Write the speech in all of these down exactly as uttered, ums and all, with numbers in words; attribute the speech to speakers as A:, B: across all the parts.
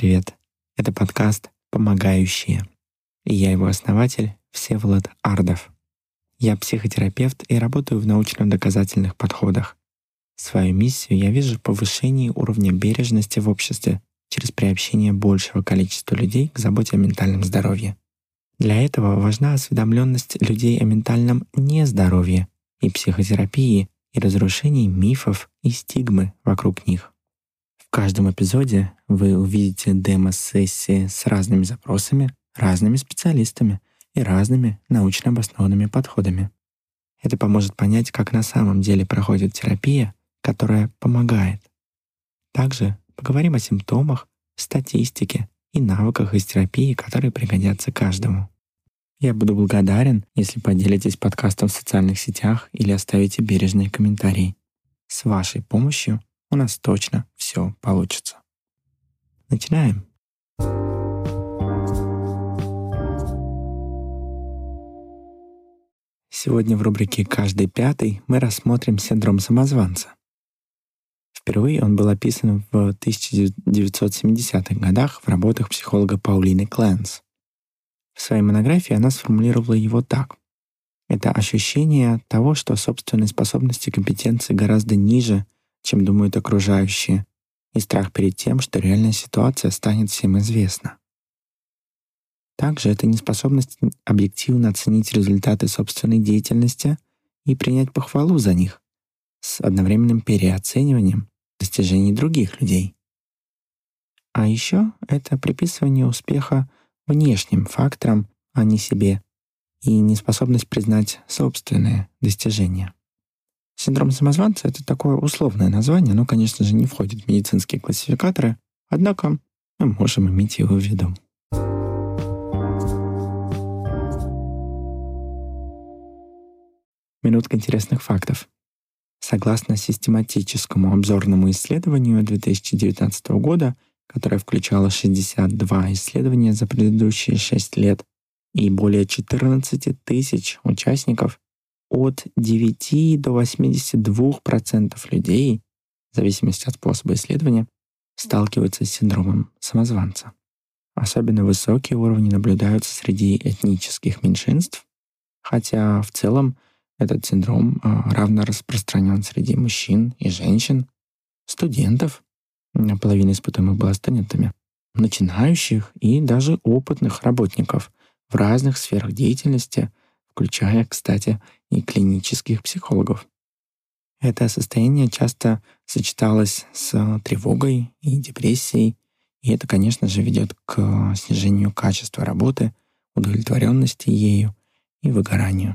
A: привет! Это подкаст «Помогающие». И я его основатель Всеволод Ардов. Я психотерапевт и работаю в научно-доказательных подходах. Свою миссию я вижу в повышении уровня бережности в обществе через приобщение большего количества людей к заботе о ментальном здоровье. Для этого важна осведомленность людей о ментальном нездоровье и психотерапии, и разрушении мифов и стигмы вокруг них. В каждом эпизоде вы увидите демо-сессии с разными запросами, разными специалистами и разными научно обоснованными подходами. Это поможет понять, как на самом деле проходит терапия, которая помогает. Также поговорим о симптомах, статистике и навыках из терапии, которые пригодятся каждому. Я буду благодарен, если поделитесь подкастом в социальных сетях или оставите бережные комментарии. С вашей помощью у нас точно все получится. Начинаем! Сегодня в рубрике «Каждый пятый» мы рассмотрим синдром самозванца. Впервые он был описан в тысяча девятьсот семидесятых годах в работах психолога Паулины Кленс. В своей монографии она сформулировала его так. Это ощущение того, что собственные способности и компетенции гораздо ниже, чем думают окружающие, и страх перед тем, что реальная ситуация станет всем известна. Также это неспособность объективно оценить результаты собственной деятельности и принять похвалу за них с одновременным переоцениванием достижений других людей. А еще это приписывание успеха внешним факторам, а не себе, и неспособность признать собственные достижения. Синдром самозванца — это такое условное название, оно, конечно же, не входит в медицинские классификаторы, однако мы можем иметь его в виду. Минутка интересных фактов. Согласно систематическому обзорному исследованию две тысячи девятнадцатого года, которое включало шестьдесят два исследования за предыдущие шесть лет и более четырнадцать тысяч участников, от девяти до восьмидесяти двух процентов людей, в зависимости от способа исследования, сталкиваются с синдромом самозванца. Особенно высокие уровни наблюдаются среди этнических меньшинств, хотя в целом этот синдром равно распространен среди мужчин и женщин, студентов, половина испытуемых была студентами, начинающих и даже опытных работников в разных сферах деятельности, включая, кстати, и клинических психологов. Это состояние часто сочеталось с тревогой и депрессией, и это, конечно же, ведет к снижению качества работы, удовлетворенности ею и выгоранию.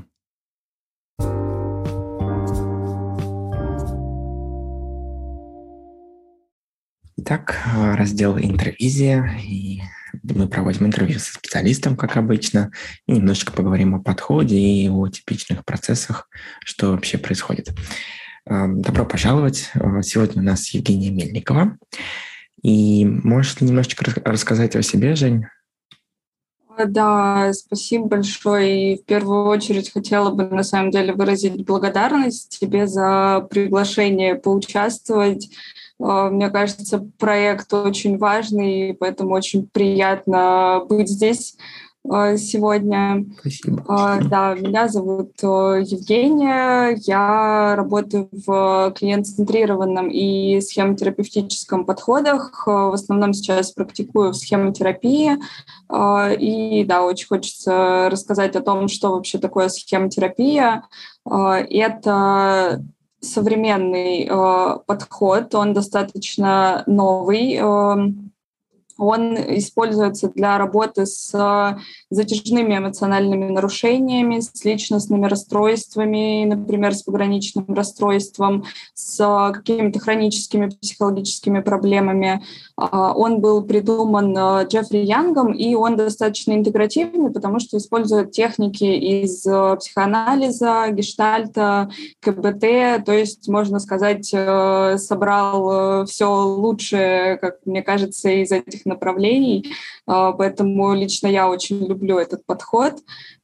A: Итак, раздел «Интервизия», и мы проводим интервью со специалистом, как обычно, и немножечко поговорим о подходе и о типичных процессах, что вообще происходит. Добро пожаловать! Сегодня у нас Евгения Мельникова. И можешь немножечко рассказать о себе, Жень?
B: Да, спасибо большое. И в первую очередь хотела бы на самом деле выразить благодарность тебе за приглашение поучаствовать. Мне кажется, проект очень важный, поэтому очень приятно быть здесь сегодня.
A: Спасибо.
B: Да, меня зовут Евгения. Я работаю в клиент-центрированном и схемотерапевтическом подходах. В основном сейчас практикую в схемотерапии. И да, очень хочется рассказать о том, что вообще такое схемотерапия. Это современный подход, он достаточно новый. Он используется для работы с затяжными эмоциональными нарушениями, с личностными расстройствами, например, с пограничным расстройством, с какими-то хроническими психологическими проблемами. Он был придуман Джеффри Янгом, и он достаточно интегративный, потому что использует техники из психоанализа, гештальта, ка бэ тэ, то есть, можно сказать, собрал все лучшее, как мне кажется, из этих направлений, поэтому лично я очень люблю этот подход.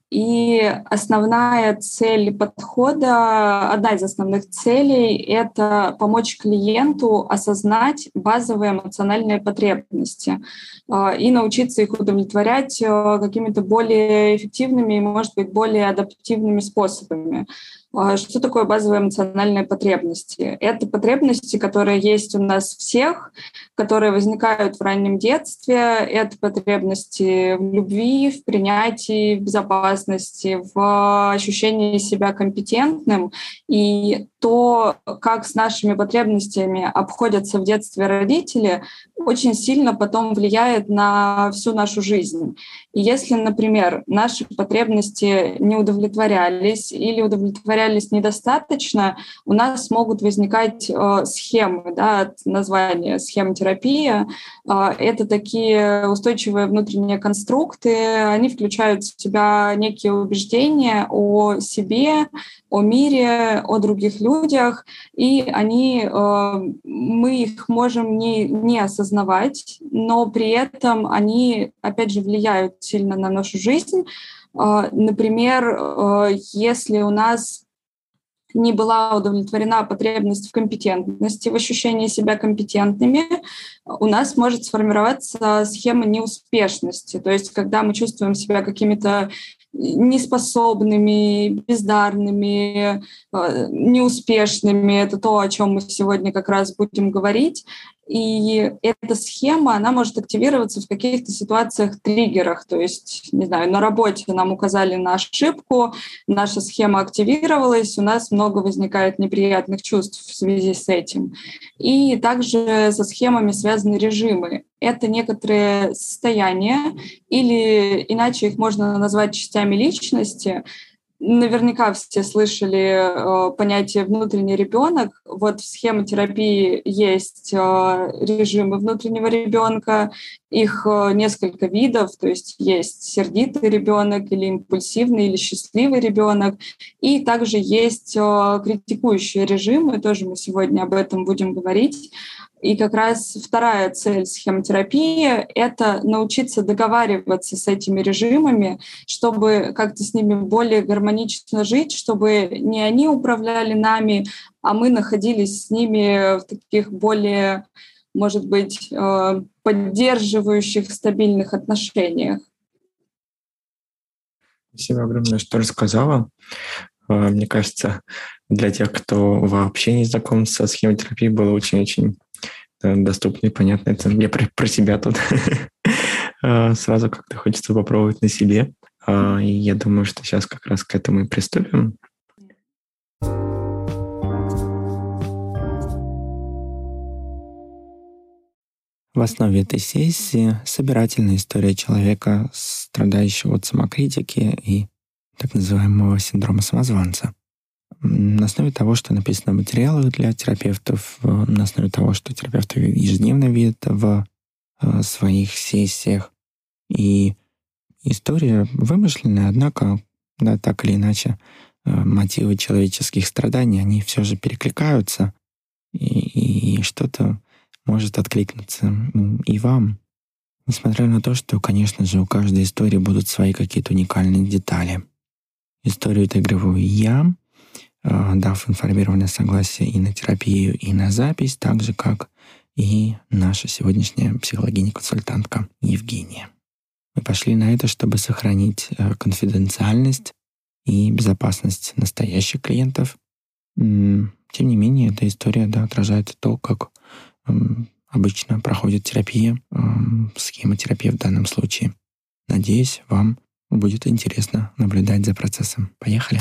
B: И основная цель подхода, одна из основных целей — это помочь клиенту осознать базовые эмоциональные потребности и научиться их удовлетворять какими-то более эффективными и, может быть, более адаптивными способами. Что такое базовые эмоциональные потребности? Это потребности, которые есть у нас всех, которые возникают в раннем детстве. Это потребности в любви, в принятии, в безопасности, в ощущении себя компетентным. И то, как с нашими потребностями обходятся в детстве родители, очень сильно потом влияет на всю нашу жизнь. И если, например, наши потребности не удовлетворялись или удовлетворялись недостаточно, у нас могут возникать э, схемы, да, от названия схемотерапия. Э, это такие устойчивые внутренние конструкты, они включают в себя некие убеждения о себе, о мире, о других людях, и они, э, мы их можем не, не осознавать, но при этом они, опять же, влияют сильно на нашу жизнь. Э, например, э, если у нас не была удовлетворена потребность в компетентности, в ощущении себя компетентными, у нас может сформироваться схема неуспешности. То есть когда мы чувствуем себя какими-то неспособными, бездарными, неуспешными, это то, о чем мы сегодня как раз будем говорить. И эта схема, она может активироваться в каких-то ситуациях, триггерах. То есть, не знаю, на работе нам указали на ошибку, наша схема активировалась, у нас много возникает неприятных чувств в связи с этим. И также со схемами связаны режимы. Это некоторые состояния, или иначе их можно назвать частями личности. Наверняка все слышали э, понятие «внутренний ребенок». Вот в схемотерапии есть э, режимы внутреннего ребенка, их э, несколько видов, то есть есть сердитый ребенок или импульсивный, или счастливый ребенок, и также есть э, критикующие режимы, тоже мы сегодня об этом будем говорить. И как раз вторая цель схемотерапии — это научиться договариваться с этими режимами, чтобы как-то с ними более гармонично жить, чтобы не они управляли нами, а мы находились с ними в таких более, может быть, поддерживающих, стабильных отношениях.
A: Спасибо огромное, что рассказала. Мне кажется, для тех, кто вообще не знаком со схемотерапией, было очень-очень доступно и понятно. Это мне про, про себя тут сразу как-то хочется попробовать на себе. И я думаю, что сейчас как раз к этому и приступим. В основе этой сессии собирательная история человека, страдающего от самокритики и так называемого синдрома самозванца. На основе того, что написано в материалах для терапевтов, на основе того, что терапевты ежедневно видят в своих сессиях. И история вымышленная, однако, да, так или иначе, мотивы человеческих страданий, они все же перекликаются, и, и что-то может откликнуться и вам. Несмотря на то, что, конечно же, у каждой истории будут свои какие-то уникальные детали. Историю отыгрываю я, дав информированное согласие и на терапию, и на запись, так же, как и наша сегодняшняя психологиня-консультантка Евгения. Мы пошли на это, чтобы сохранить конфиденциальность и безопасность настоящих клиентов. Тем не менее, эта история, да, отражает то, как обычно проходит терапия, схемотерапия в данном случае. Надеюсь, вам будет интересно наблюдать за процессом. Поехали!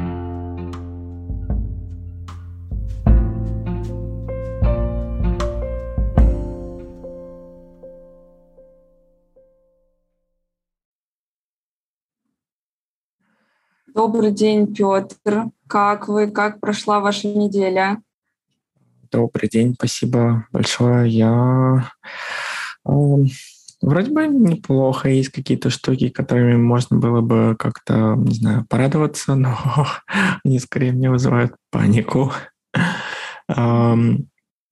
B: Добрый день, Петр. Как вы? Как прошла ваша неделя?
A: Добрый день, спасибо большое. Я э, вроде бы неплохо. Есть какие-то штуки, которыми можно было бы как-то, не знаю, порадоваться, но они скорее мне вызывают панику. Э,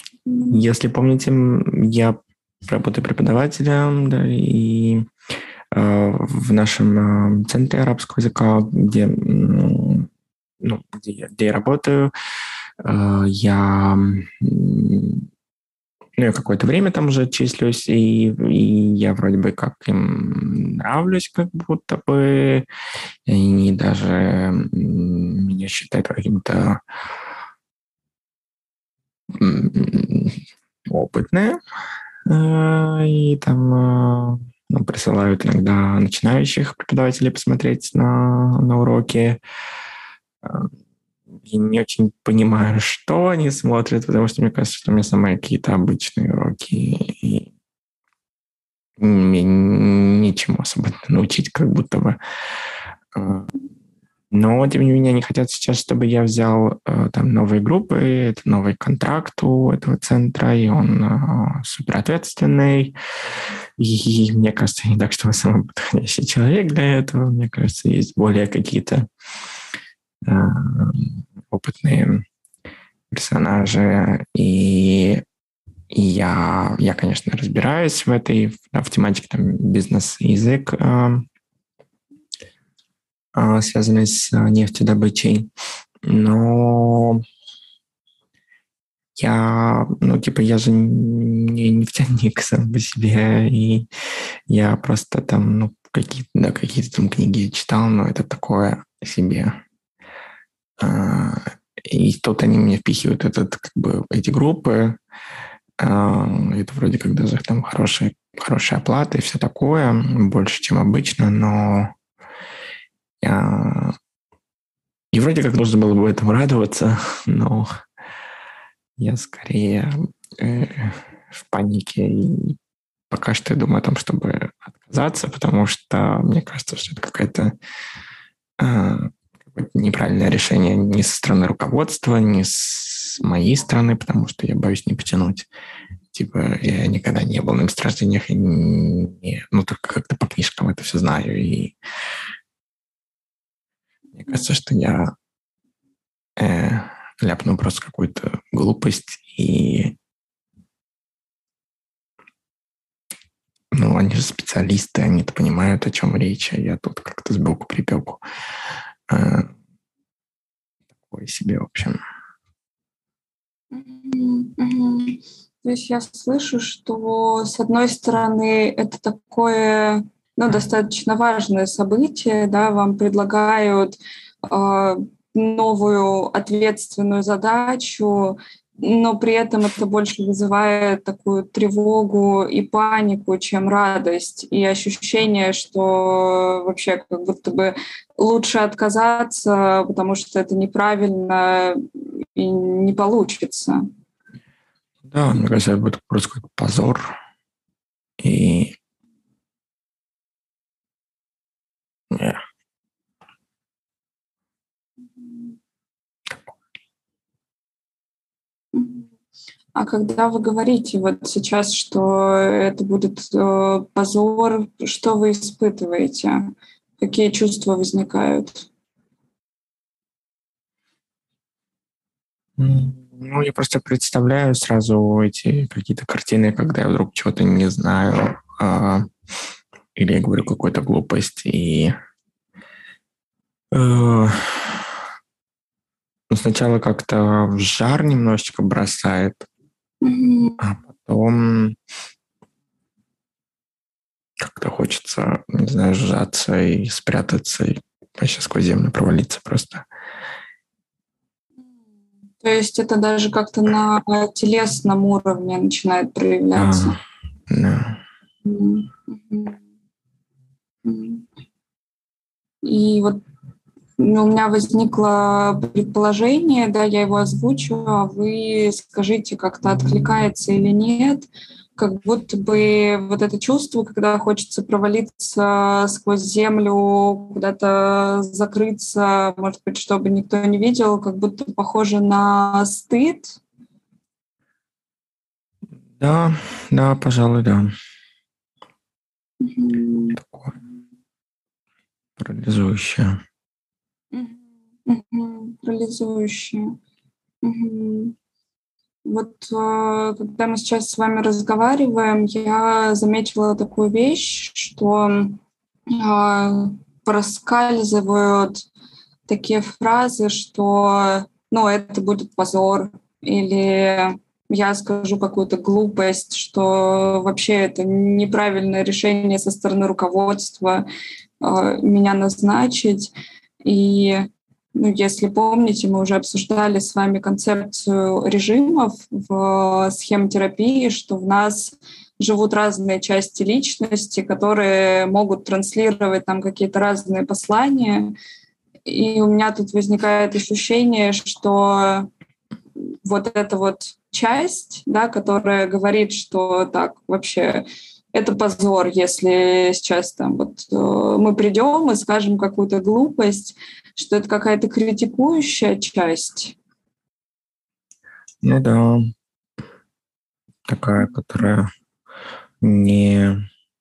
A: если помните, я работаю преподавателем, да, и в нашем центре арабского языка, где, ну, где, я, где я работаю. Я, ну, я какое-то время там уже числюсь, и, и я вроде бы как им нравлюсь, как будто бы. И они даже меня считают каким-то опытным. И там, ну, присылают иногда начинающих преподавателей посмотреть на, на уроки. Я не очень понимаю, что они смотрят, потому что мне кажется, что у меня самые какие-то обычные уроки. И мне ничему особо научить, как будто бы. Но, тем не менее, они хотят сейчас, чтобы я взял э, там новые группы, это новый контракт у этого центра, и он э, суперответственный. И, и мне кажется, не так, что я самый подходящий человек для этого. Мне кажется, есть более какие-то э, опытные персонажи. И, и я, я, конечно, разбираюсь в этой, в, в тематике там, бизнес-язык, э, связанный с нефтедобычей. Но я, ну, типа, я же не нефтяник сам по себе, и я просто там, ну, какие-то, да, какие-то там книги читал, но это такое себе. И тут они мне впихивают этот, как бы, эти группы. Это вроде как даже там хорошая, хорошая оплата и все такое, больше, чем обычно, но я... И вроде как нужно было бы этому радоваться, но я скорее э, в панике и пока что я думаю о том, чтобы отказаться, потому что мне кажется, что это какое-то э, неправильное решение ни со стороны руководства, ни с моей стороны, потому что я боюсь не потянуть. Типа, я никогда не был на месторождениях, и не, ну, только как-то по книжкам это все знаю, и мне кажется, что я э, ляпну просто какую-то глупость, и ну, они же специалисты, они-то понимают, о чем речь, а я тут как-то сбоку припеку. А, такое себе, в общем.
B: Mm-hmm. Mm-hmm. То есть я слышу, что, с одной стороны, это такое, ну, достаточно важное событие, да, вам предлагают э, новую ответственную задачу, но при этом это больше вызывает такую тревогу и панику, чем радость, и ощущение, что вообще как будто бы лучше отказаться, потому что это неправильно и не получится.
A: Да, мне кажется, это будет просто какой-то позор. И... Yeah.
B: А когда вы говорите вот сейчас, что это будет э, позор, что вы испытываете? Какие чувства возникают?
A: Ну, я просто представляю сразу эти какие-то картины, когда я вдруг чего-то не знаю, а, или я говорю какую-то глупость, и э, ну, сначала как-то в жар немножечко бросает,
B: Mm-hmm.
A: а потом как-то хочется, не знаю, сжаться и спрятаться, и вообще сквозь землю провалиться просто.
B: То есть это даже как-то на телесном уровне начинает проявляться.
A: А, да.
B: Mm-hmm. И вот ну, у меня возникло предположение, да, я его озвучу, а вы скажите, как-то откликается или нет. Как будто бы вот это чувство, когда хочется провалиться сквозь землю, куда-то закрыться, может быть, чтобы никто не видел, как будто похоже на стыд.
A: Да, да, пожалуй, да.
B: Mm-hmm.
A: Такое парализующее.
B: Mm-hmm. Парализующее. Mm-hmm. Вот э, когда мы сейчас с вами разговариваем, я заметила такую вещь, что а, проскальзывают такие фразы, что ну, это будет позор, или я скажу какую-то глупость, что вообще это неправильное решение со стороны руководства а, меня назначить. И ну, если помните, мы уже обсуждали с вами концепцию режимов в схемотерапии, что в нас живут разные части личности, которые могут транслировать нам какие-то разные послания. И у меня тут возникает ощущение, что вот эта вот часть, да, которая говорит, что так вообще это позор, если сейчас там вот э, мы придем и скажем какую-то глупость, что это какая-то критикующая часть.
A: Ну да, такая, которая не,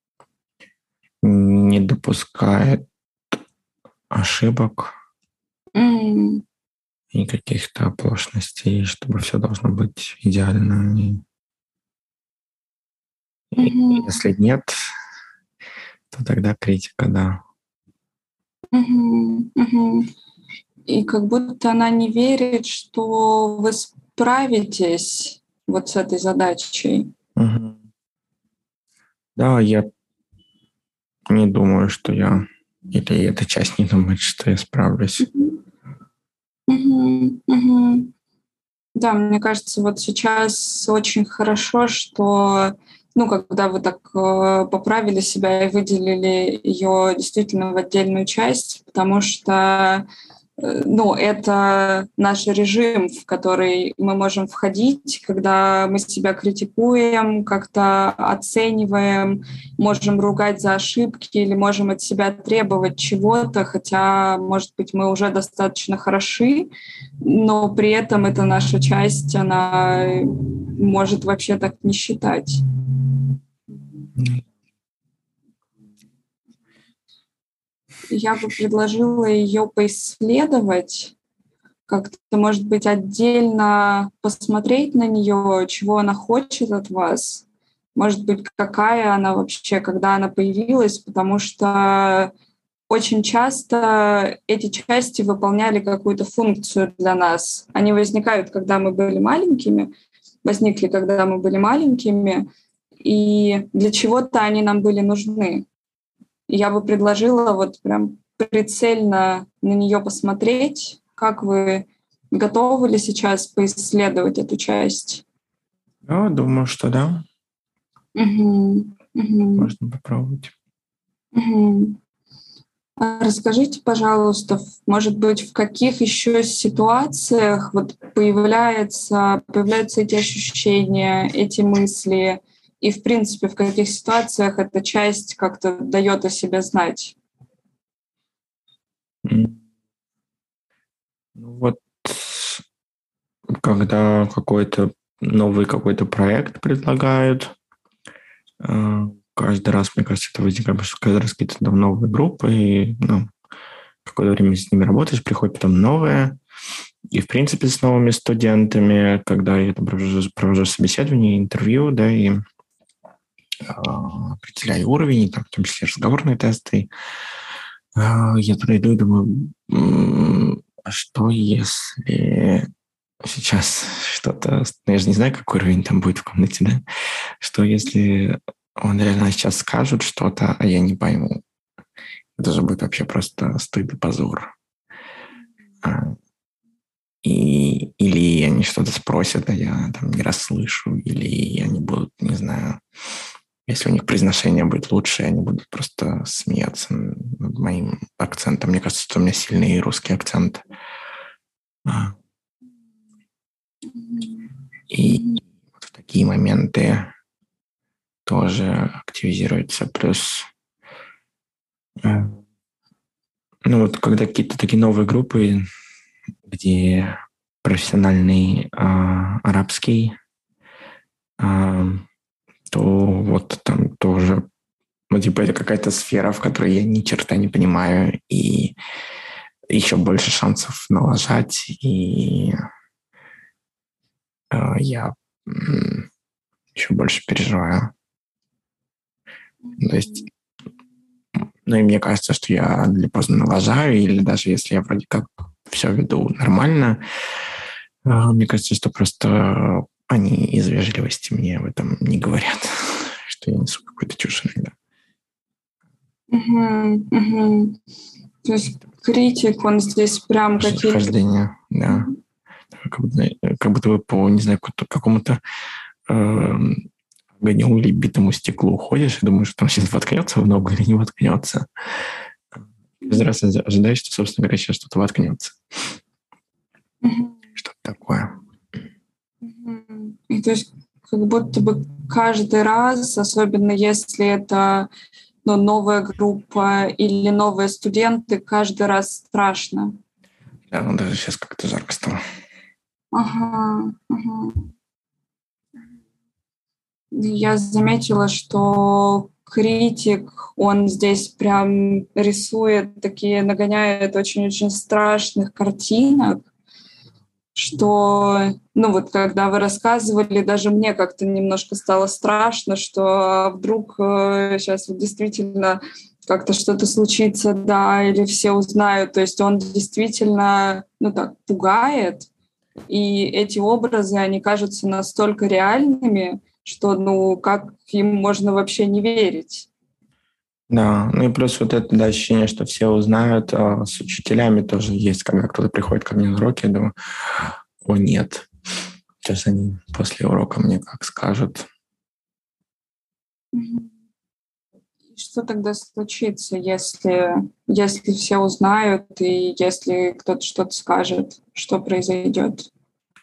A: не допускает ошибок
B: Mm.
A: и каких-то оплошностей, чтобы все должно быть идеально. И,
B: Mm-hmm.
A: и если нет, то тогда критика, да.
B: Mm-hmm. Mm-hmm. И как будто она не верит, что вы справитесь вот с этой задачей.
A: Угу. Да, я не думаю, что я, или эта часть не думает, что я справлюсь.
B: Угу, угу. Да, мне кажется, вот сейчас очень хорошо, что, ну, когда вы так э, поправили себя и выделили ее действительно в отдельную часть, потому что ну, это наш режим, в который мы можем входить, когда мы себя критикуем, как-то оцениваем, можем ругать за ошибки или можем от себя требовать чего-то, хотя, может быть, мы уже достаточно хороши, но при этом это наша часть, она может вообще так не считать. Я бы предложила ее поисследовать, как-то, может быть, отдельно посмотреть на нее, чего она хочет от вас, может быть, какая она вообще, когда она появилась, потому что очень часто эти части выполняли какую-то функцию для нас. Они возникают, когда мы были маленькими, возникли, когда мы были маленькими, и для чего-то они нам были нужны. Я бы предложила вот прям прицельно на нее посмотреть, как вы готовы ли сейчас поисследовать эту часть.
A: Я думаю, что да.
B: Угу. Угу.
A: Можно попробовать.
B: Угу. Расскажите, пожалуйста, может быть, в каких еще ситуациях вот появляются, появляются эти ощущения, эти мысли, и, в принципе, в каких ситуациях эта часть как-то дает о себе знать?
A: Ну вот, когда какой-то новый какой-то проект предлагают, каждый раз, мне кажется, это возникает, потому что каждый раз какие-то там новые группы, и ну, какое-то время с ними работаешь, приходит потом новое. И, в принципе, с новыми студентами, когда я там провожу, провожу собеседование, интервью, да, и э, определяю уровень, и, там, в том числе разговорные тесты, э, я пройду и думаю, а что если сейчас что-то... Ну, я же не знаю, какой уровень там будет в комнате, да? Что если он реально сейчас скажет что-то, а я не пойму? Это же будет вообще просто стыд и позор. И, или они что-то спросят, а я там не расслышу, или они будут, не знаю, если у них произношение будет лучше, они будут просто смеяться над моим акцентом. Мне кажется, что у меня сильный русский акцент. И вот в такие моменты тоже активизируется. Плюс, ну вот когда какие-то такие новые группы, где профессиональный а, арабский, а, то вот там тоже, ну, типа, это какая-то сфера, в которой я ни черта не понимаю, и еще больше шансов налажать, и а, я м, еще больше переживаю. То есть Ну и мне кажется, что я или поздно налажаю, или даже если я вроде как все веду нормально, а, мне кажется, что просто они из вежливости мне об этом не говорят, что я несу какую-то чушь иногда.
B: Мгм, мгм. То есть критик, он здесь прям какие-то...
A: Хождение, да. Как будто, как будто вы по, не знаю, какому-то э, огню или битому стеклу уходишь и думаешь, что он сейчас воткнется в ногу или не воткнется. Каждый раз ожидаешь, что, собственно говоря, сейчас что-то воткнется.
B: Мгм.
A: Что-то такое.
B: Мгм. И то есть как будто бы каждый раз, особенно если это, ну, новая группа или новые студенты, каждый раз страшно.
A: Да, ну даже сейчас как-то жарко стало.
B: Ага, ага. Я заметила, что критик, он здесь прям рисует такие, нагоняет очень-очень страшных картинок, что, ну вот когда вы рассказывали, даже мне как-то немножко стало страшно, что а вдруг э, сейчас вот действительно как-то что-то случится, да, или все узнают. То есть он действительно, ну так, пугает, и эти образы, они кажутся настолько реальными, что, ну, как им можно вообще не верить?
A: Да, ну и плюс вот это да, ощущение, что все узнают, а с учителями тоже есть, когда кто-то приходит ко мне на уроки, я думаю, о нет, сейчас они после урока мне как скажут.
B: Мгм. И что тогда случится, если, если все узнают и если кто-то что-то скажет, что произойдет?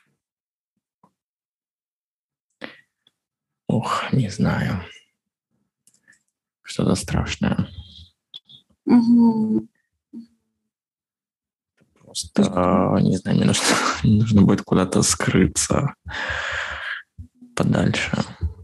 A: Ох, не знаю, что-то страшное.
B: Мгм. То
A: Просто,
B: есть,
A: не знаю, мне нужно, мне нужно будет куда-то скрыться подальше,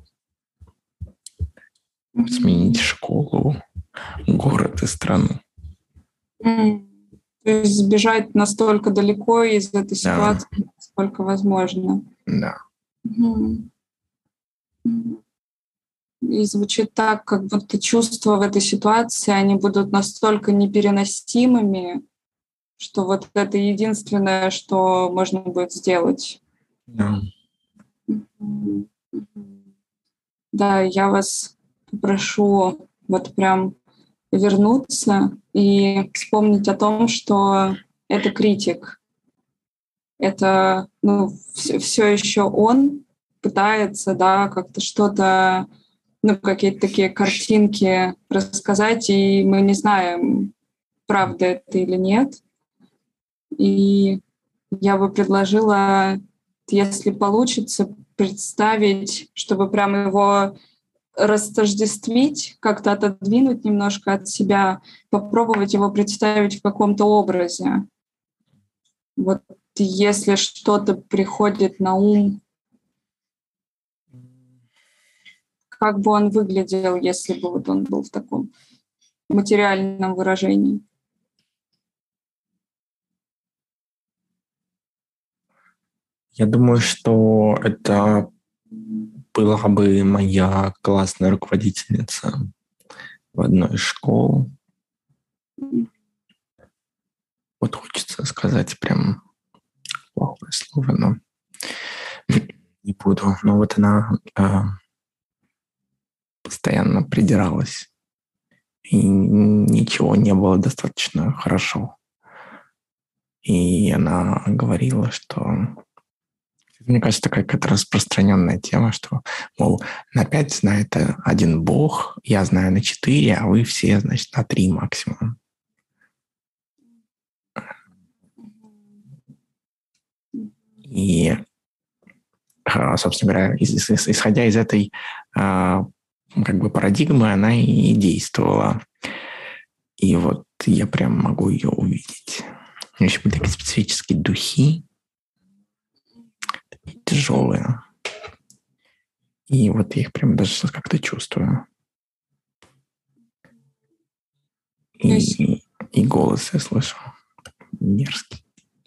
A: сменить
B: мгм.
A: школу, город и страну.
B: М. То есть сбежать настолько далеко из этой
A: Да,
B: ситуации, насколько возможно.
A: да.
B: Мгм. Мгм. И звучит так, как будто чувства в этой ситуации, они будут настолько непереносимыми, что вот это единственное, что можно будет сделать.
A: Да.
B: Мгм. Мгм. Да, я вас попрошу вот прям вернуться и вспомнить о том, что это критик. Это, ну, все еще он пытается, да, как-то что-то, ну, какие-то такие картинки рассказать, и мы не знаем, правда это или нет. И я бы предложила, если получится, представить, чтобы прямо его растождествить, как-то отодвинуть немножко от себя, попробовать его представить в каком-то образе. Вот если что-то приходит на ум, как бы он выглядел, если бы вот он был в таком материальном выражении.
A: Я думаю, что это была бы моя классная руководительница в одной из школ. Вот хочется сказать прям плохое слово, но не буду. Но вот она а, постоянно придиралась, и ничего не было достаточно хорошо. И она говорила, что мне кажется, такая какая-то распространенная тема, что, мол, на пять знает один бог, я знаю на четыре, а вы все, значит, на три максимум. И, а, собственно говоря, исходя из этой а, как бы парадигмы, она и действовала. И вот я прям могу ее увидеть. У нее еще были такие специфические духи, тяжелые. И вот я их прям даже сейчас как-то чувствую.
B: То есть
A: И, и голос я слышу мерзкий.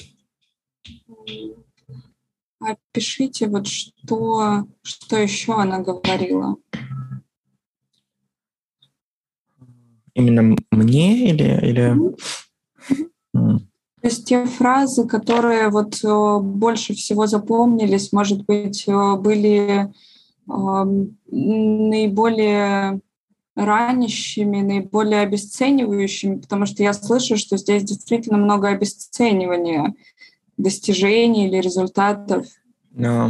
B: опишите, вот что, что еще она говорила.
A: Именно мне или... или...
B: Mm-hmm. То есть те фразы, которые вот больше всего запомнились, может быть, были наиболее ранящими, наиболее обесценивающими, потому что я слышу, что здесь действительно много обесценивания достижений или результатов.
A: Но,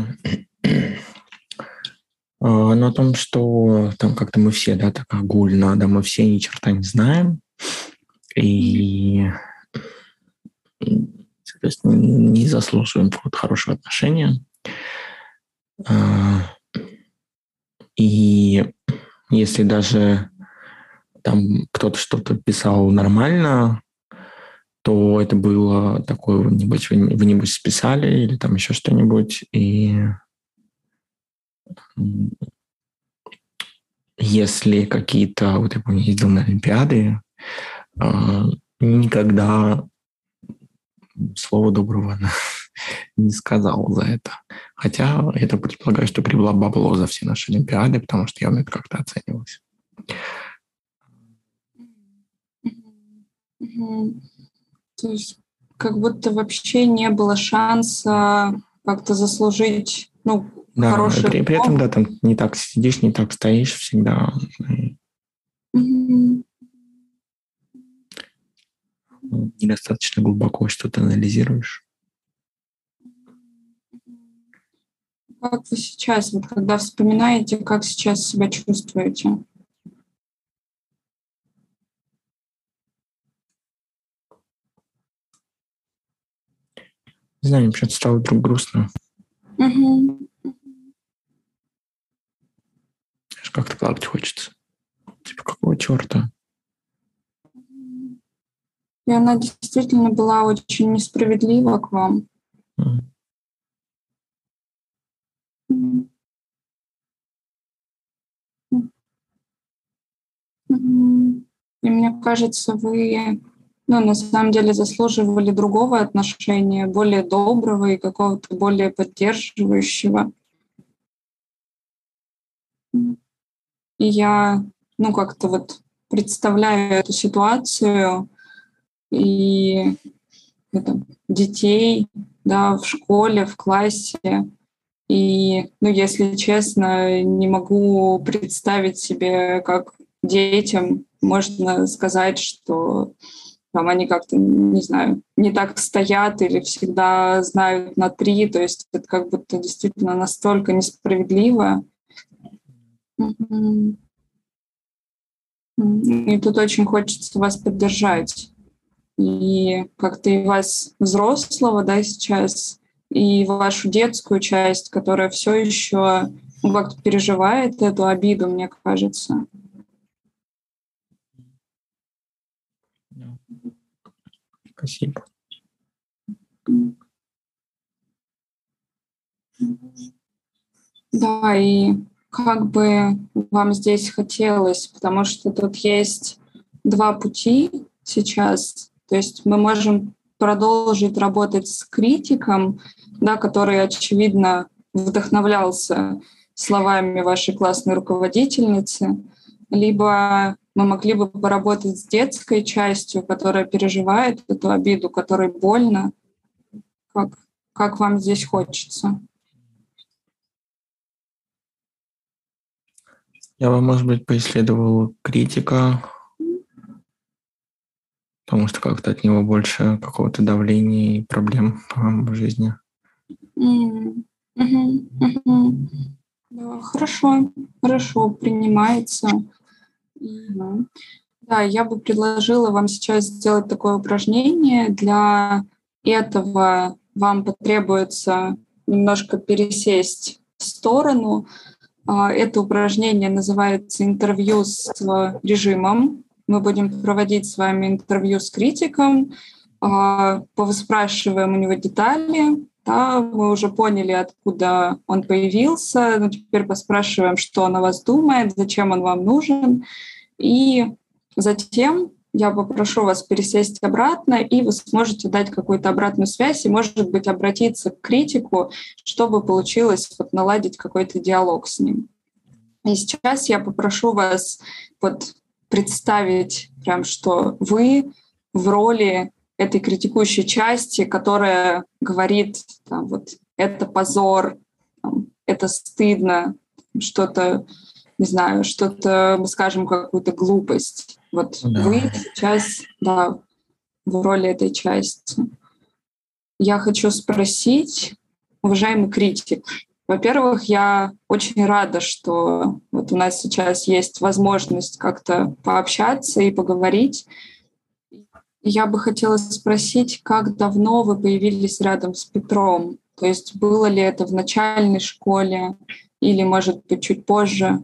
A: но о том, что там как-то мы все, да, так огульно, да, мы все ни черта не знаем, и, соответственно, не заслуживаем какого-то хорошего отношения. И если даже там кто-то что-то писал нормально, то это было такое, вы небось, вы, вы небось списали или там еще что-нибудь, и если какие-то, вот я помню, ездил на Олимпиады, никогда слова доброго не сказал за это. Хотя это предполагаю, что прибыло бабло за все наши Олимпиады, потому что явно это как-то оценивалось.
B: Mm-hmm. То есть как будто вообще не было шанса как-то заслужить, ну,
A: да,
B: хороший...
A: При, при этом, да, там не так сидишь, не так стоишь всегда.
B: Mm-hmm.
A: Недостаточно глубоко что-то анализируешь.
B: Как вы сейчас, вот когда вспоминаете, как сейчас себя чувствуете?
A: Не знаю, мне почему-то стало вдруг грустно.
B: Угу.
A: Как-то плакать хочется. Типа, какого черта?
B: И она действительно была очень несправедлива к вам.
A: Mm.
B: Mm. Mm. И мне кажется, вы, ну, на самом деле заслуживали другого отношения, более доброго и какого-то более поддерживающего. И я, ну, как-то вот представляю эту ситуацию и это, детей, да, в школе, в классе. И, ну, если честно, не могу представить себе, как детям можно сказать, что там они как-то, не знаю, не так стоят или всегда знают на три. То есть это как будто действительно настолько несправедливо. И тут очень хочется вас поддержать. И как-то и вас, взрослого, да, сейчас, и вашу детскую часть, которая все еще как-то переживает эту обиду, мне кажется.
A: Спасибо.
B: Да, и как бы вам здесь хотелось, потому что тут есть два пути сейчас. То есть мы можем продолжить работать с критиком, да, который, очевидно, вдохновлялся словами вашей классной руководительницы, либо мы могли бы поработать с детской частью, которая переживает эту обиду, которой больно. Как, как вам здесь хочется?
A: Я бы, может быть, поисследовал критика, потому что как-то от него больше какого-то давления и проблем, по-моему, в жизни.
B: Mm-hmm. Mm-hmm. Да, хорошо, хорошо, принимается. Mm-hmm. Да, я бы предложила вам сейчас сделать такое упражнение. Для этого вам потребуется немножко пересесть в сторону. Это упражнение называется «Интервью с режимом». Мы будем проводить с вами интервью с критиком, повыспрашиваем у него детали. Да, мы уже поняли, откуда он появился, но теперь поспрашиваем, что он о вас думает, зачем он вам нужен. И затем я попрошу вас пересесть обратно, и вы сможете дать какую-то обратную связь и, может быть, обратиться к критику, чтобы получилось вот наладить какой-то диалог с ним. И сейчас я попрошу вас вот представить прям, что вы в роли этой критикующей части, которая говорит, там, вот, это позор, там, это стыдно, что-то, не знаю, что-то, мы скажем, какую-то глупость. Вот
A: Да.
B: вы сейчас, да, в роли этой части. Я хочу спросить, уважаемый критик, во-первых, я очень рада, что вот у нас сейчас есть возможность как-то пообщаться и поговорить. Я бы хотела спросить, как давно вы появились рядом с Петром? То есть было ли это в начальной школе или, может быть, чуть позже?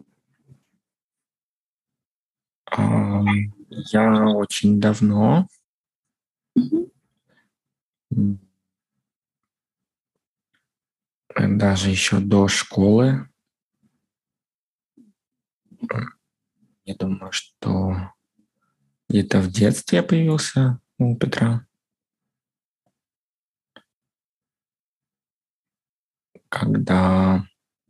A: Я очень давно,
B: Мгм.
A: даже еще до школы, я думаю, что где-то в детстве я появился у Петра, когда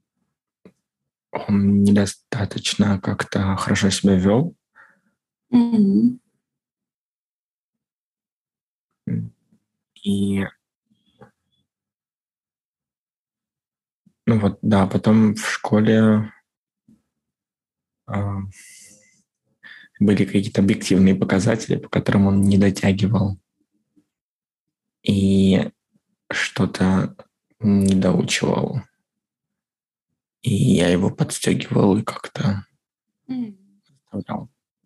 A: он недостаточно как-то хорошо себя вел.
B: Мгм.
A: И, ну вот, да, потом в школе а, были какие-то объективные показатели, по которым он не дотягивал и что-то не доучивал. И я его подстегивал и как-то
B: Мгм.
A: заставлял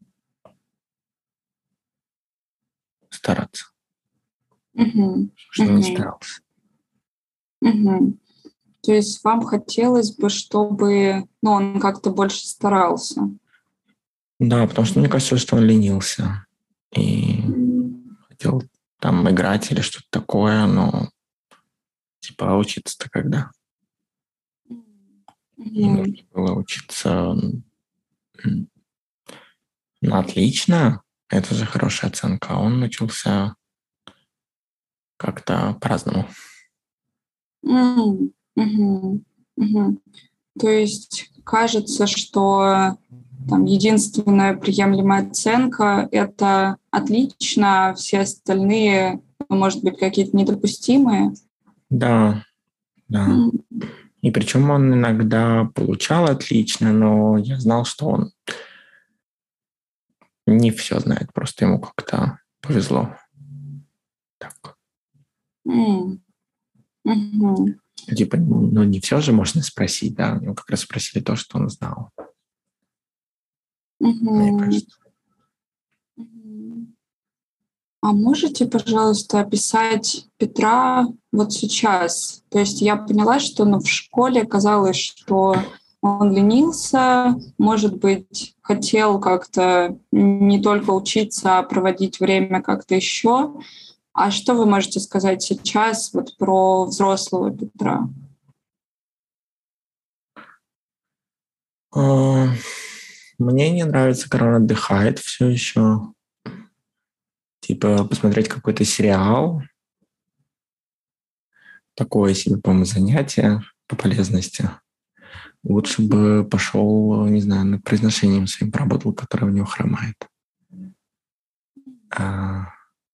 A: стараться,
B: Мгм.
A: что не
B: Мгм.
A: старался.
B: Мгм. То есть вам хотелось бы, чтобы, ну, он как-то больше старался?
A: Да, потому что мне кажется, что он ленился и
B: М.
A: хотел там играть или что-то такое, но типа а учиться-то когда? И
B: Мгм.
A: нужно было учиться м, на отлично, это же хорошая оценка, а он учился как-то по-разному.
B: М. Мгм. Мгм. То есть кажется, что там единственная приемлемая оценка — это отлично, а все остальные, ну, может быть, какие-то недопустимые.
A: Да, да.
B: М.
A: И причем он иногда получал отлично, но я знал, что он не все знает, просто ему как-то повезло. Так.
B: М. Мгм.
A: Типа, ну не все же можно спросить, да, у него как раз спросили то, что он знал, мне
B: Мгм.
A: кажется.
B: Мгм. А можете, пожалуйста, описать Петра вот сейчас? То есть я поняла, что, ну, в школе казалось, что он ленился, может быть, хотел как-то не только учиться, а проводить время как-то еще. А что вы можете сказать сейчас вот про взрослого Петра?
A: А, Мне не нравится, когда он отдыхает все еще. Типа посмотреть какой-то сериал, такое себе, по-моему, занятие по полезности. Лучше бы пошел, не знаю, над произношением своим поработал, которое у него хромает. А,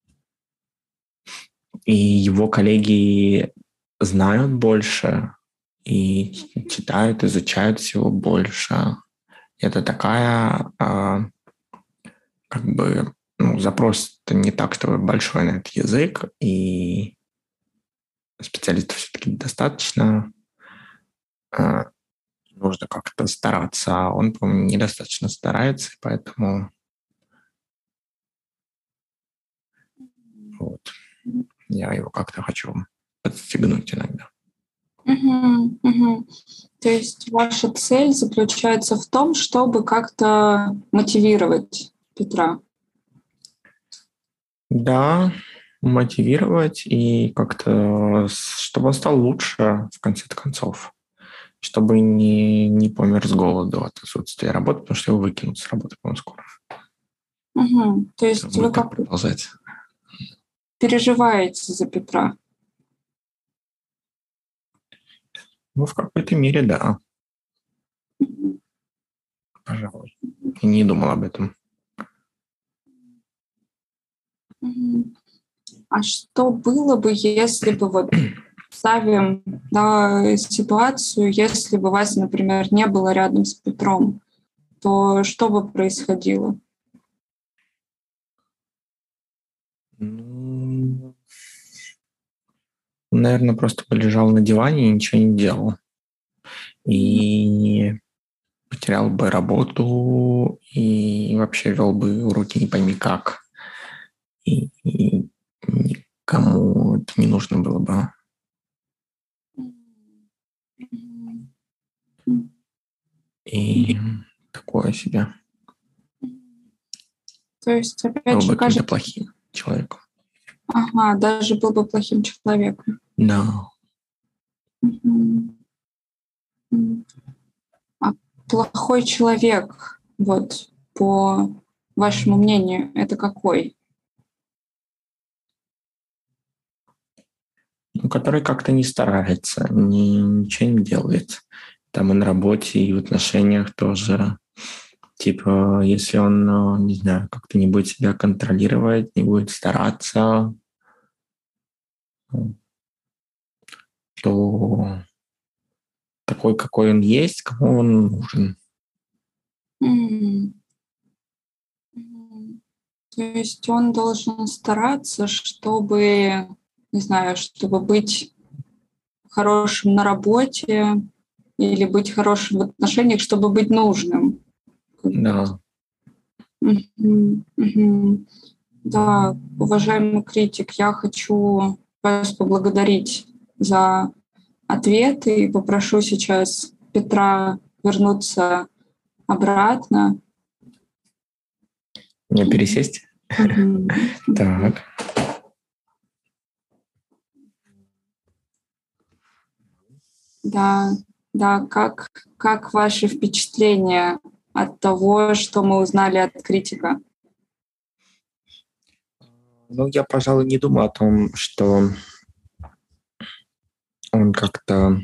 A: И его коллеги знают больше и читают, изучают всего больше. Это такая, а, как бы, ну, запрос-то не так, что большой на этот язык, и специалистов все-таки достаточно. а, Нужно как-то стараться, а он, по-моему, недостаточно старается, поэтому вот, я его как-то хочу подстегнуть иногда.
B: Мгм, мгм. То есть ваша цель заключается в том, чтобы как-то мотивировать Петра?
A: Да, мотивировать и как-то, чтобы он стал лучше в конце концов, чтобы не, не помер с голоду от отсутствия работы, потому что его выкинут с работы, по-моему, скоро.
B: Мгм. То
A: Если он
B: есть вы
A: будет так
B: как
A: продолжать.
B: переживаете за Петра?
A: Ну, в какой-то мере, да,
B: Мгм.
A: пожалуй. И не думал об этом.
B: Мгм. А что было бы, если бы вот ставим, да, ситуацию, если бы вас, например, не было рядом с Петром, то что бы происходило?
A: Ну, наверное, просто бы лежал на диване и ничего не делал. И потерял бы работу, и вообще вел бы уроки не пойми как. И, и никому это не нужно было бы.
B: Мгм. М.
A: И такое себе.
B: То есть, опять
A: Был
B: же,
A: бы каким-то
B: кажется,
A: плохим человеком.
B: ага, даже был бы плохим человеком.
A: Да.
B: Мгм. М. А плохой человек, вот, по вашему мнению, это какой?
A: Ну, который как-то не старается, ни, ничего не делает. Там и на работе, и в отношениях тоже. Типа, если он, э, не знаю, как-то не будет себя контролировать, не будет стараться, то такой, какой он есть, кому он нужен.
B: М. Мгм. То есть он должен стараться, чтобы, не знаю, чтобы быть хорошим на работе или быть хорошим в отношениях, чтобы быть нужным. Как будто.
A: Да.
B: Мгм. Мгм. Да, уважаемый критик, я хочу вас поблагодарить за ответы и попрошу сейчас Петра вернуться обратно.
A: Мне пересесть?
B: Мгм. Мгм.
A: Так.
B: Да, да, как, как ваши впечатления от того, что мы узнали от критика?
A: Ну, я, пожалуй, не думаю о том, что он как-то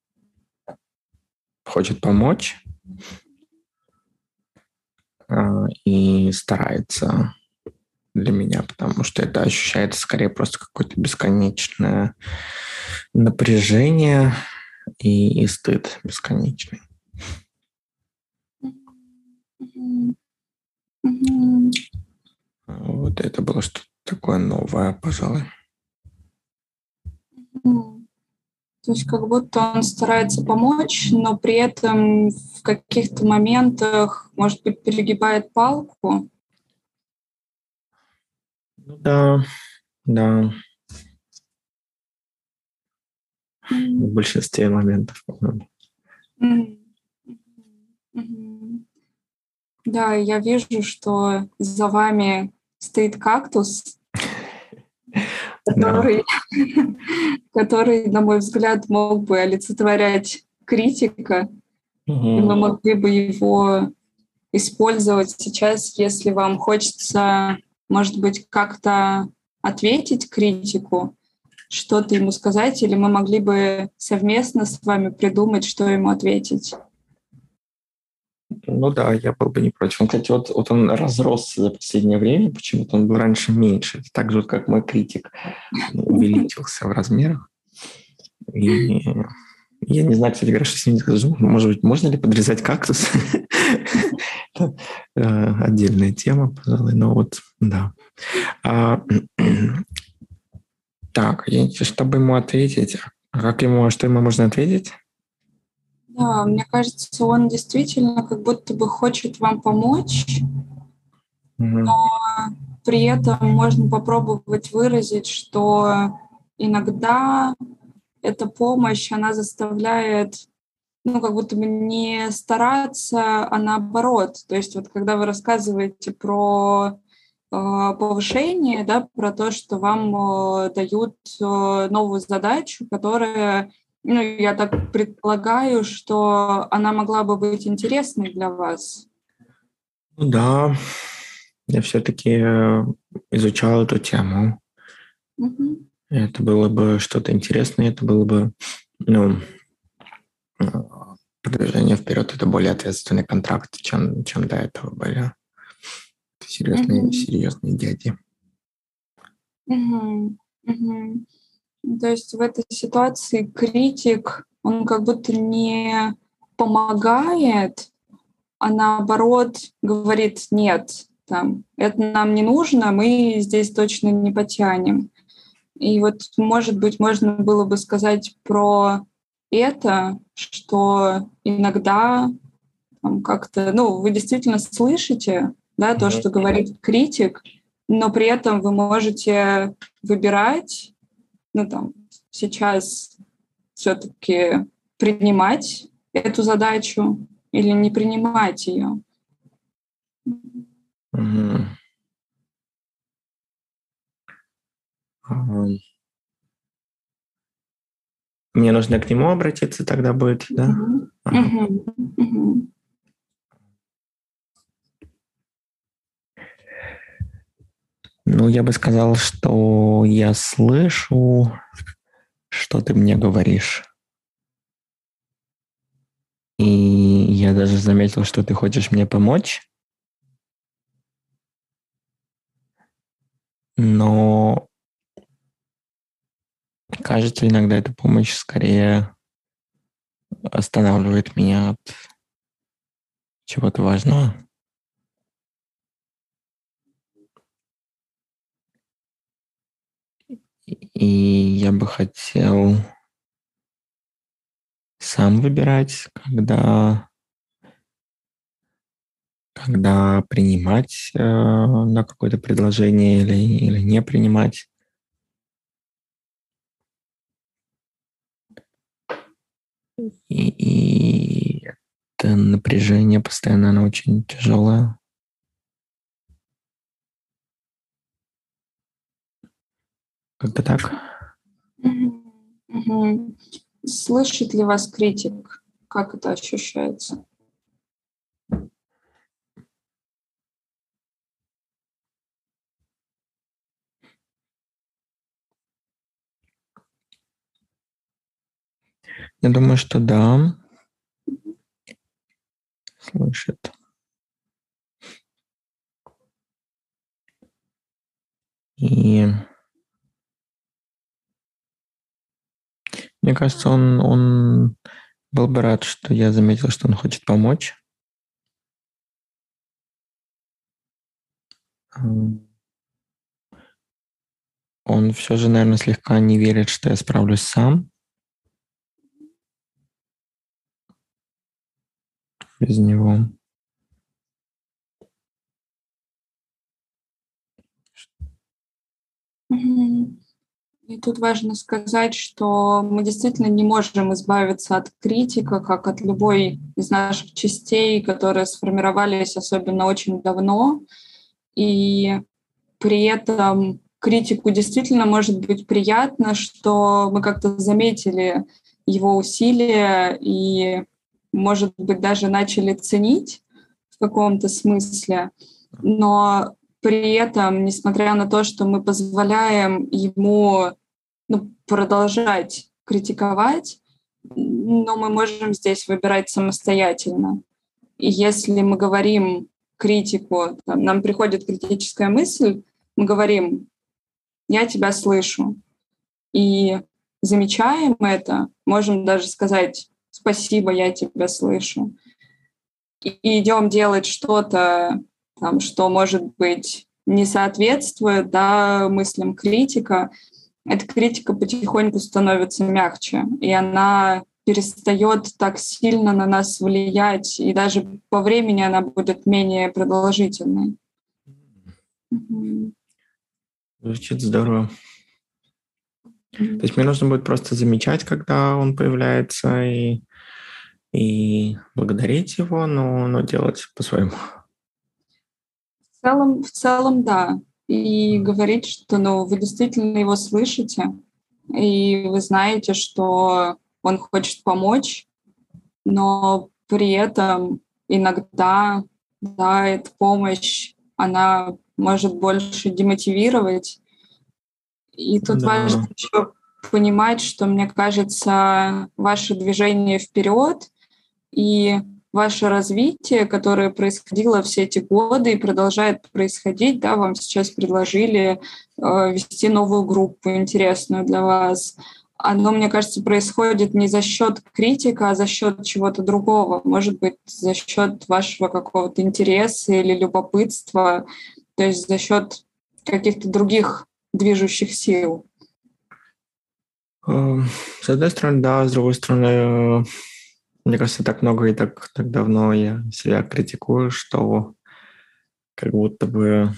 A: хочет помочь а, и старается для меня, потому что это ощущается скорее просто какое-то бесконечное напряжение и, и стыд бесконечный.
B: Мгм. Мгм.
A: Вот это было что-то такое новое, пожалуй.
B: Мгм. То есть как будто он старается помочь, но при этом в каких-то моментах, может быть, перегибает палку.
A: Ну да, да, в
B: М.
A: большинстве моментов, по-моему.
B: Мгм. Мгм. Мгм. Да, я вижу, что за вами стоит кактус,
A: Да.
B: который, который, на мой взгляд, мог бы олицетворять критика, и мы
A: Мгм.
B: могли бы его использовать сейчас, если вам хочется, может быть, как-то ответить критику, что-то ему сказать, или мы могли бы совместно с вами придумать, что ему ответить.
A: Ну да, я был бы не против. Он, кстати, вот, вот он разросся за последнее время, почему-то он был раньше меньше. Это так же, вот, как мой критик, он увеличился в размерах. И я не знаю, кстати говоря, что с ним делать. Может быть, можно ли подрезать кактус? Это э, отдельная тема, пожалуй, но вот, да. А, так, я, чтобы ему ответить, а как ему, что ему можно ответить?
B: Да, мне кажется, он действительно как будто бы хочет вам помочь,
A: Мгм.
B: но при этом можно попробовать выразить, что иногда эта помощь, она заставляет, ну, как будто бы не стараться, а наоборот. То есть вот когда вы рассказываете про э, повышение, да, про то, что вам э, дают э, новую задачу, которая, ну, я так предполагаю, что она могла бы быть интересной для вас.
A: Ну да, я все-таки изучал эту тему.
B: Мгм.
A: Это было бы что-то интересное, это было бы, ну, э, продвижение вперед, это более ответственный контракт, чем, чем до этого были. Это серьезные,
B: Мгм.
A: серьезные дяди.
B: Мгм. Мгм. То есть в этой ситуации критик, он как будто не помогает, а наоборот говорит: "Нет, там, это нам не нужно, мы здесь точно не потянем". И вот, может быть, можно было бы сказать про это, что иногда там как-то, ну, вы действительно слышите, да, то,
A: Мгм.
B: что говорит критик, но при этом вы можете выбирать, ну, там, сейчас все-таки принимать эту задачу или не принимать ее.
A: Мгм. Ам. Мне нужно к нему обратиться тогда будет, да?
B: Мгм.
A: Ага.
B: Мгм. Мгм.
A: Ну, я бы сказал, что я слышу, что ты мне говоришь. И я даже заметил, что ты хочешь мне помочь. Но кажется, иногда эта помощь скорее останавливает меня от чего-то важного. И я бы хотел сам выбирать, когда, когда принимать э, на какое-то предложение или, или не принимать. И, и это напряжение постоянно, оно очень тяжелое. Как-то так.
B: Мгм. Мгм. Слышит ли вас критик? Как это ощущается?
A: Я думаю, что да, слышит. И мне кажется, он, он был бы рад, что я заметил, что он хочет помочь. М, Он все же, наверное, слегка не верит, что я справлюсь сам без него.
B: Мгм. И тут важно сказать, что мы действительно не можем избавиться от критика, как от любой из наших частей, которые сформировались особенно очень давно. И при этом критику действительно может быть приятно, что мы как-то заметили его усилия и, может быть, даже начали ценить в каком-то смысле. Но при этом, несмотря на то, что мы позволяем ему, ну, продолжать критиковать, но мы можем здесь выбирать самостоятельно. И если мы говорим критику, там, нам приходит критическая мысль, мы говорим: "Я тебя слышу". И замечаем это, можем даже сказать: "Спасибо, я тебя слышу". И идем делать что-то, там, что, может быть, не соответствует, да, мыслям критика. Эта критика потихоньку становится мягче, и она перестает так сильно на нас влиять, и даже по времени она будет менее продолжительной. Мгм.
A: Звучит здорово. То
B: Мгм.
A: есть мне нужно будет просто замечать, когда он появляется, и, и благодарить его, но, но делать по-своему.
B: В целом, в целом, да. И говорить, что, ну, вы действительно его слышите, и вы знаете, что он хочет помочь, но при этом иногда, да, эта помощь, она может больше демотивировать. И тут важно
A: Да.
B: еще понимать, что, мне кажется, ваше движение вперед и ваше развитие, которое происходило все эти годы и продолжает происходить, да, вам сейчас предложили э, вести новую группу интересную для вас. Оно, мне кажется, происходит не за счет критика, а за счет чего-то другого. Может быть, за счет вашего какого-то интереса или любопытства, то есть за счет каких-то других движущих сил.
A: С одной стороны, да, с другой стороны, мне кажется, так много и так, так давно я себя критикую, что как будто бы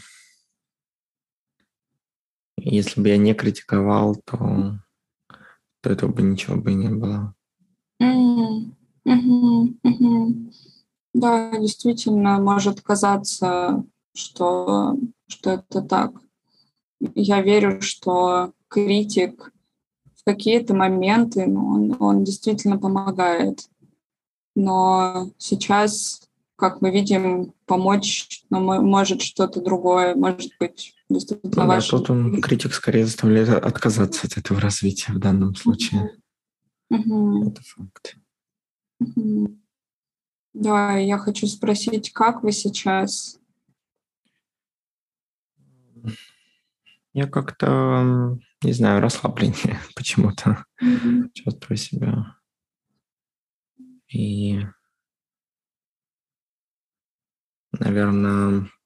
A: если бы я не критиковал, то, то этого бы ничего бы не было.
B: Mm-hmm. Mm-hmm. Mm-hmm. Да, действительно, может казаться, что, что это так. Я верю, что критик в какие-то моменты, ну, он, он действительно помогает. Но сейчас, как мы видим, помочь ну, может что-то другое, может быть, действительно
A: Ну да,
B: ваше...
A: тут он, критик скорее заставляет отказаться от этого развития в данном случае.
B: Uh-huh.
A: Это факт.
B: Uh-huh. Да, я хочу спросить, как вы сейчас?
A: Я как-то, не знаю, расслабленнее почему-то
B: Mm-hmm.
A: чувствую себя. И, наверное,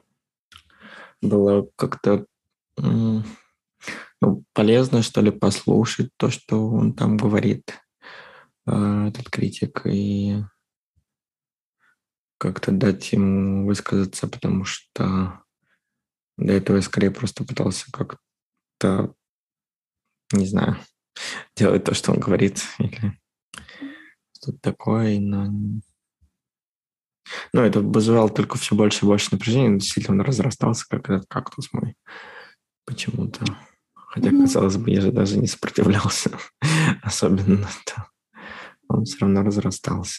A: было как-то ну, полезно, что ли, послушать то, что он там говорит, этот критик, и как-то дать ему высказаться, потому что до этого я скорее просто пытался как-то, не знаю, делать то, что он говорит, или что-то такое, но... Ну, это вызывало только все больше и больше напряжения, действительно он разрастался, как этот кактус мой, почему-то. Хотя, казалось бы, я же даже не сопротивлялся особенно, то он все равно разрастался.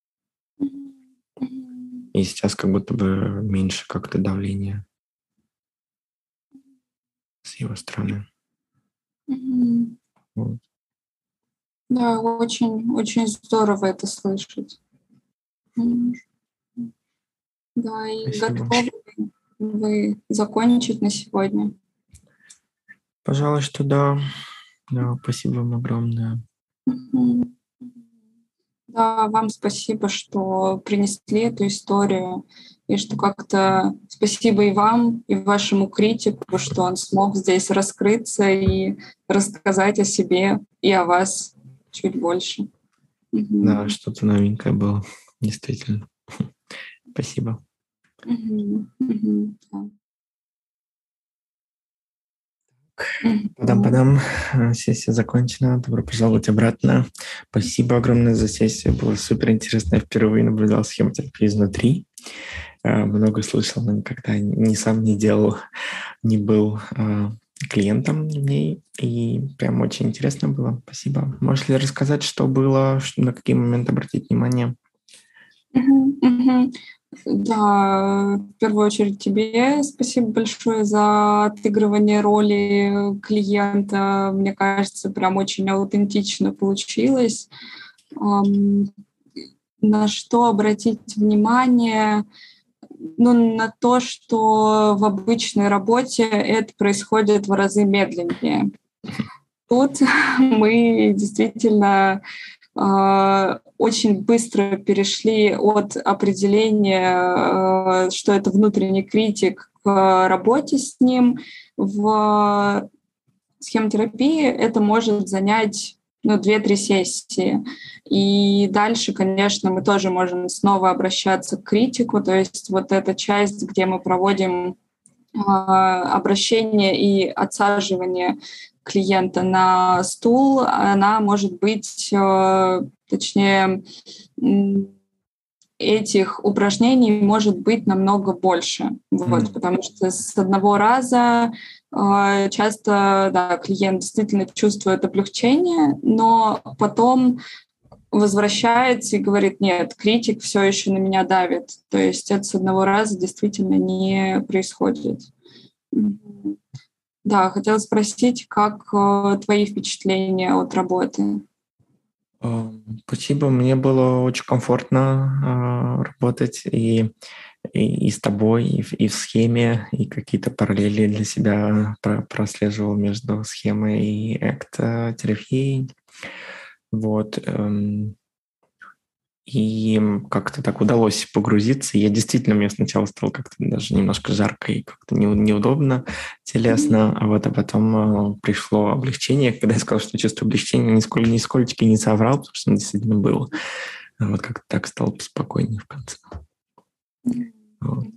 A: И сейчас как будто бы меньше как-то давления с его стороны.
B: Mm-hmm.
A: Вот.
B: Да, очень, очень здорово это слышать. Да, и
A: Спасибо.
B: готовы вы закончить на сегодня?
A: Пожалуй, что да. Да, спасибо вам огромное.
B: Да, вам спасибо, что принесли эту историю, и что как-то спасибо и вам, и вашему критику, что он смог здесь раскрыться и рассказать о себе и о вас чуть больше.
A: Да, что-то новенькое было, действительно. Спасибо.
B: Мгм. Мгм. Да.
A: Падам-падам. Сессия закончена. Добро пожаловать обратно. Спасибо огромное за сессию. Было супер интересно. Я впервые наблюдал схемотерапию изнутри. Много слышал, но никогда ни сам не делал, не был клиентом в ней. И прям очень интересно было. Спасибо. Можешь ли рассказать, что было, на какие моменты обратить внимание?
B: Мгм. Мгм. Да, в первую очередь тебе спасибо большое за отыгрывание роли клиента. Мне кажется, прям очень аутентично получилось. Ам, на что обратить внимание? Ну, на то, что в обычной работе это происходит в разы медленнее. Тут мы действительно э, очень быстро перешли от определения, э, что это внутренний критик, к работе с ним. В схемотерапии это может занять ну, две-три сессии. И дальше, конечно, мы тоже можем снова обращаться к критику, то есть вот эта часть, где мы проводим э, обращение и отсаживание клиента на стул, она может быть, э, точнее, этих упражнений может быть намного больше, вот, mm. потому что с одного раза э, часто да, клиент действительно чувствует облегчение, но потом возвращается и говорит, нет, критик все еще на меня давит. То есть это с одного раза действительно не происходит. Да, хотела спросить, как э, твои впечатления от работы?
A: А, Спасибо, мне было очень комфортно а, работать и, и, и с тобой, и в, и в схеме, и какие-то параллели для себя про- прослеживал между схемой и экт-терапией. Вот. эм, И как-то так удалось погрузиться. Я действительно, мне сначала стало как-то даже немножко жарко и как-то не- неудобно телесно, а вот а потом э, пришло облегчение. Когда я сказал, что чувствую облегчение, нисколько, нисколько не соврал, потому что оно действительно было. А вот как-то так стало поспокойнее в конце. Вот.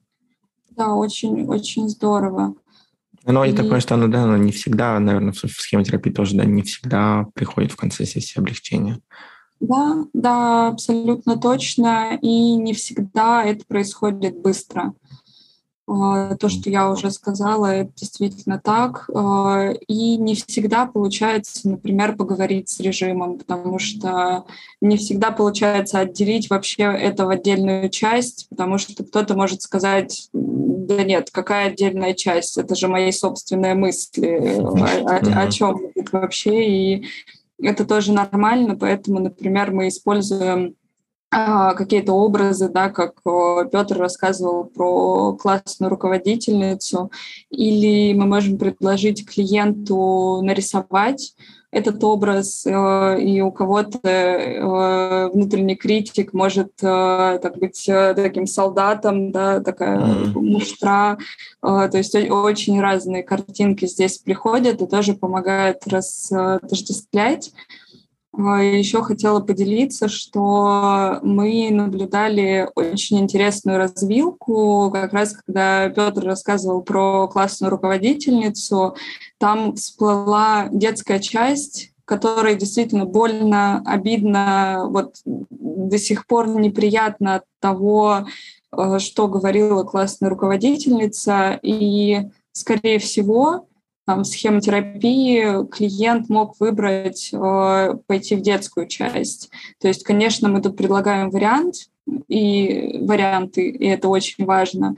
B: Да, очень, очень здорово.
A: Но я так
B: И
A: понимаю, что оно, да, оно не всегда, наверное, в в схемотерапии тоже, да, не всегда приходит в конце сессии облегчение.
B: да, да, абсолютно точно. И не всегда это происходит быстро. А, То, что я уже сказала, это действительно так. А, И не всегда получается, например, поговорить с режимом, потому что не всегда получается отделить вообще это в отдельную часть, потому что кто-то может сказать, да нет, какая отдельная часть, это же мои собственные мысли, о, о, о
A: Мгм.
B: чем это вообще, и это тоже нормально, поэтому, например, мы используем а, какие-то образы, да, как Петр рассказывал про классную руководительницу, или мы можем предложить клиенту нарисовать этот образ, э, и у кого-то э, внутренний критик может э, так быть э, таким солдатом, да, такая
A: Мгм.
B: муштра, э, то есть о- очень разные картинки здесь приходят и тоже помогают растождествлять. Еще хотела поделиться, что мы наблюдали очень интересную развилку, как раз когда Петр рассказывал про классную руководительницу, там всплыла детская часть, которой действительно больно, обидно, вот до сих пор неприятно от того, э, что говорила классная руководительница, и, скорее всего, там, в схемотерапии клиент мог выбрать э, пойти в детскую часть. То есть, конечно, мы тут предлагаем вариант и варианты, и это очень важно,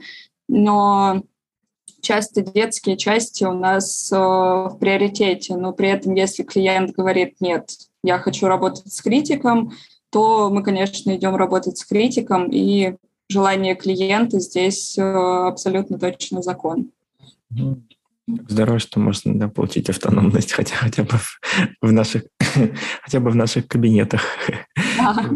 B: но часто детские части у нас э, в приоритете, но при этом, если клиент говорит «нет, я хочу работать с критиком», то мы, конечно, идем работать с критиком, и желание клиента здесь э, абсолютно точно закон.
A: Мгм. Здорово, что можно, да, получить автономность хотя, хотя бы в, в наших хотя бы в наших кабинетах.
B: Да.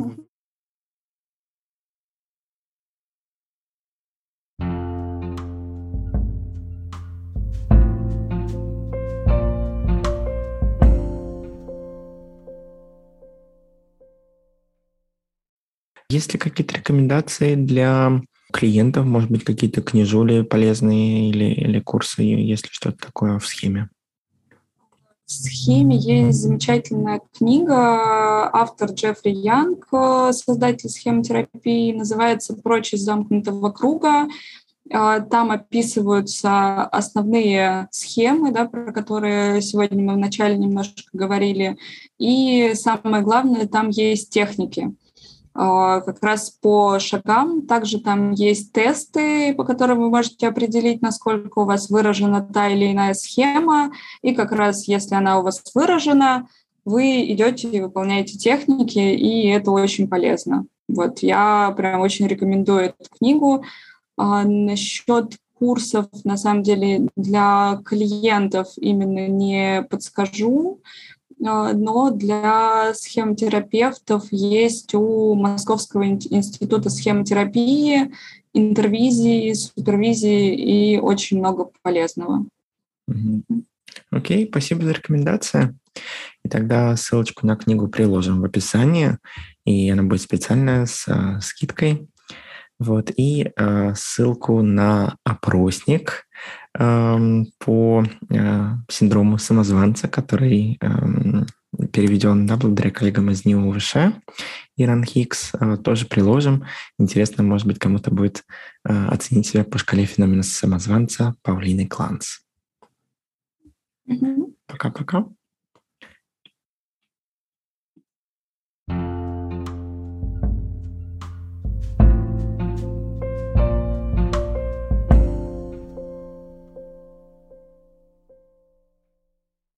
A: Есть ли какие-то рекомендации для клиентов, может быть, какие-то книжули полезные или, или курсы, если что-то такое в схеме?
B: В схеме есть замечательная книга, автор Джеффри Янг, э, создатель схемотерапии, называется «Прочь из замкнутого круга». Э, Там описываются основные схемы, да, про которые сегодня мы вначале немножко говорили. И самое главное, там есть техники. А, как раз по шагам. Также там есть тесты, по которым вы можете определить, насколько у вас выражена та или иная схема. И как раз если она у вас выражена, вы идете и выполняете техники, и это очень полезно. Вот, я прям очень рекомендую эту книгу. А, насчет курсов, на самом деле, для клиентов именно не подскажу, а, но для схемотерапевтов есть у Московского института схемотерапии интервизии, супервизии и очень много полезного.
A: Мгм. Окей, спасибо за рекомендации. И тогда ссылочку на книгу приложим в описании, и она будет специальная с э, скидкой. Вот, и э, ссылку на опросник эм, по э, синдрому самозванца, который эм, переведен, да, благодаря коллегам из НИУ-ВШ и РАНХИКС, э, тоже приложим. Интересно, может быть, кому-то будет э, оценить себя по шкале феномена самозванца Паулины Кланц.
B: Мгм.
A: Пока-пока.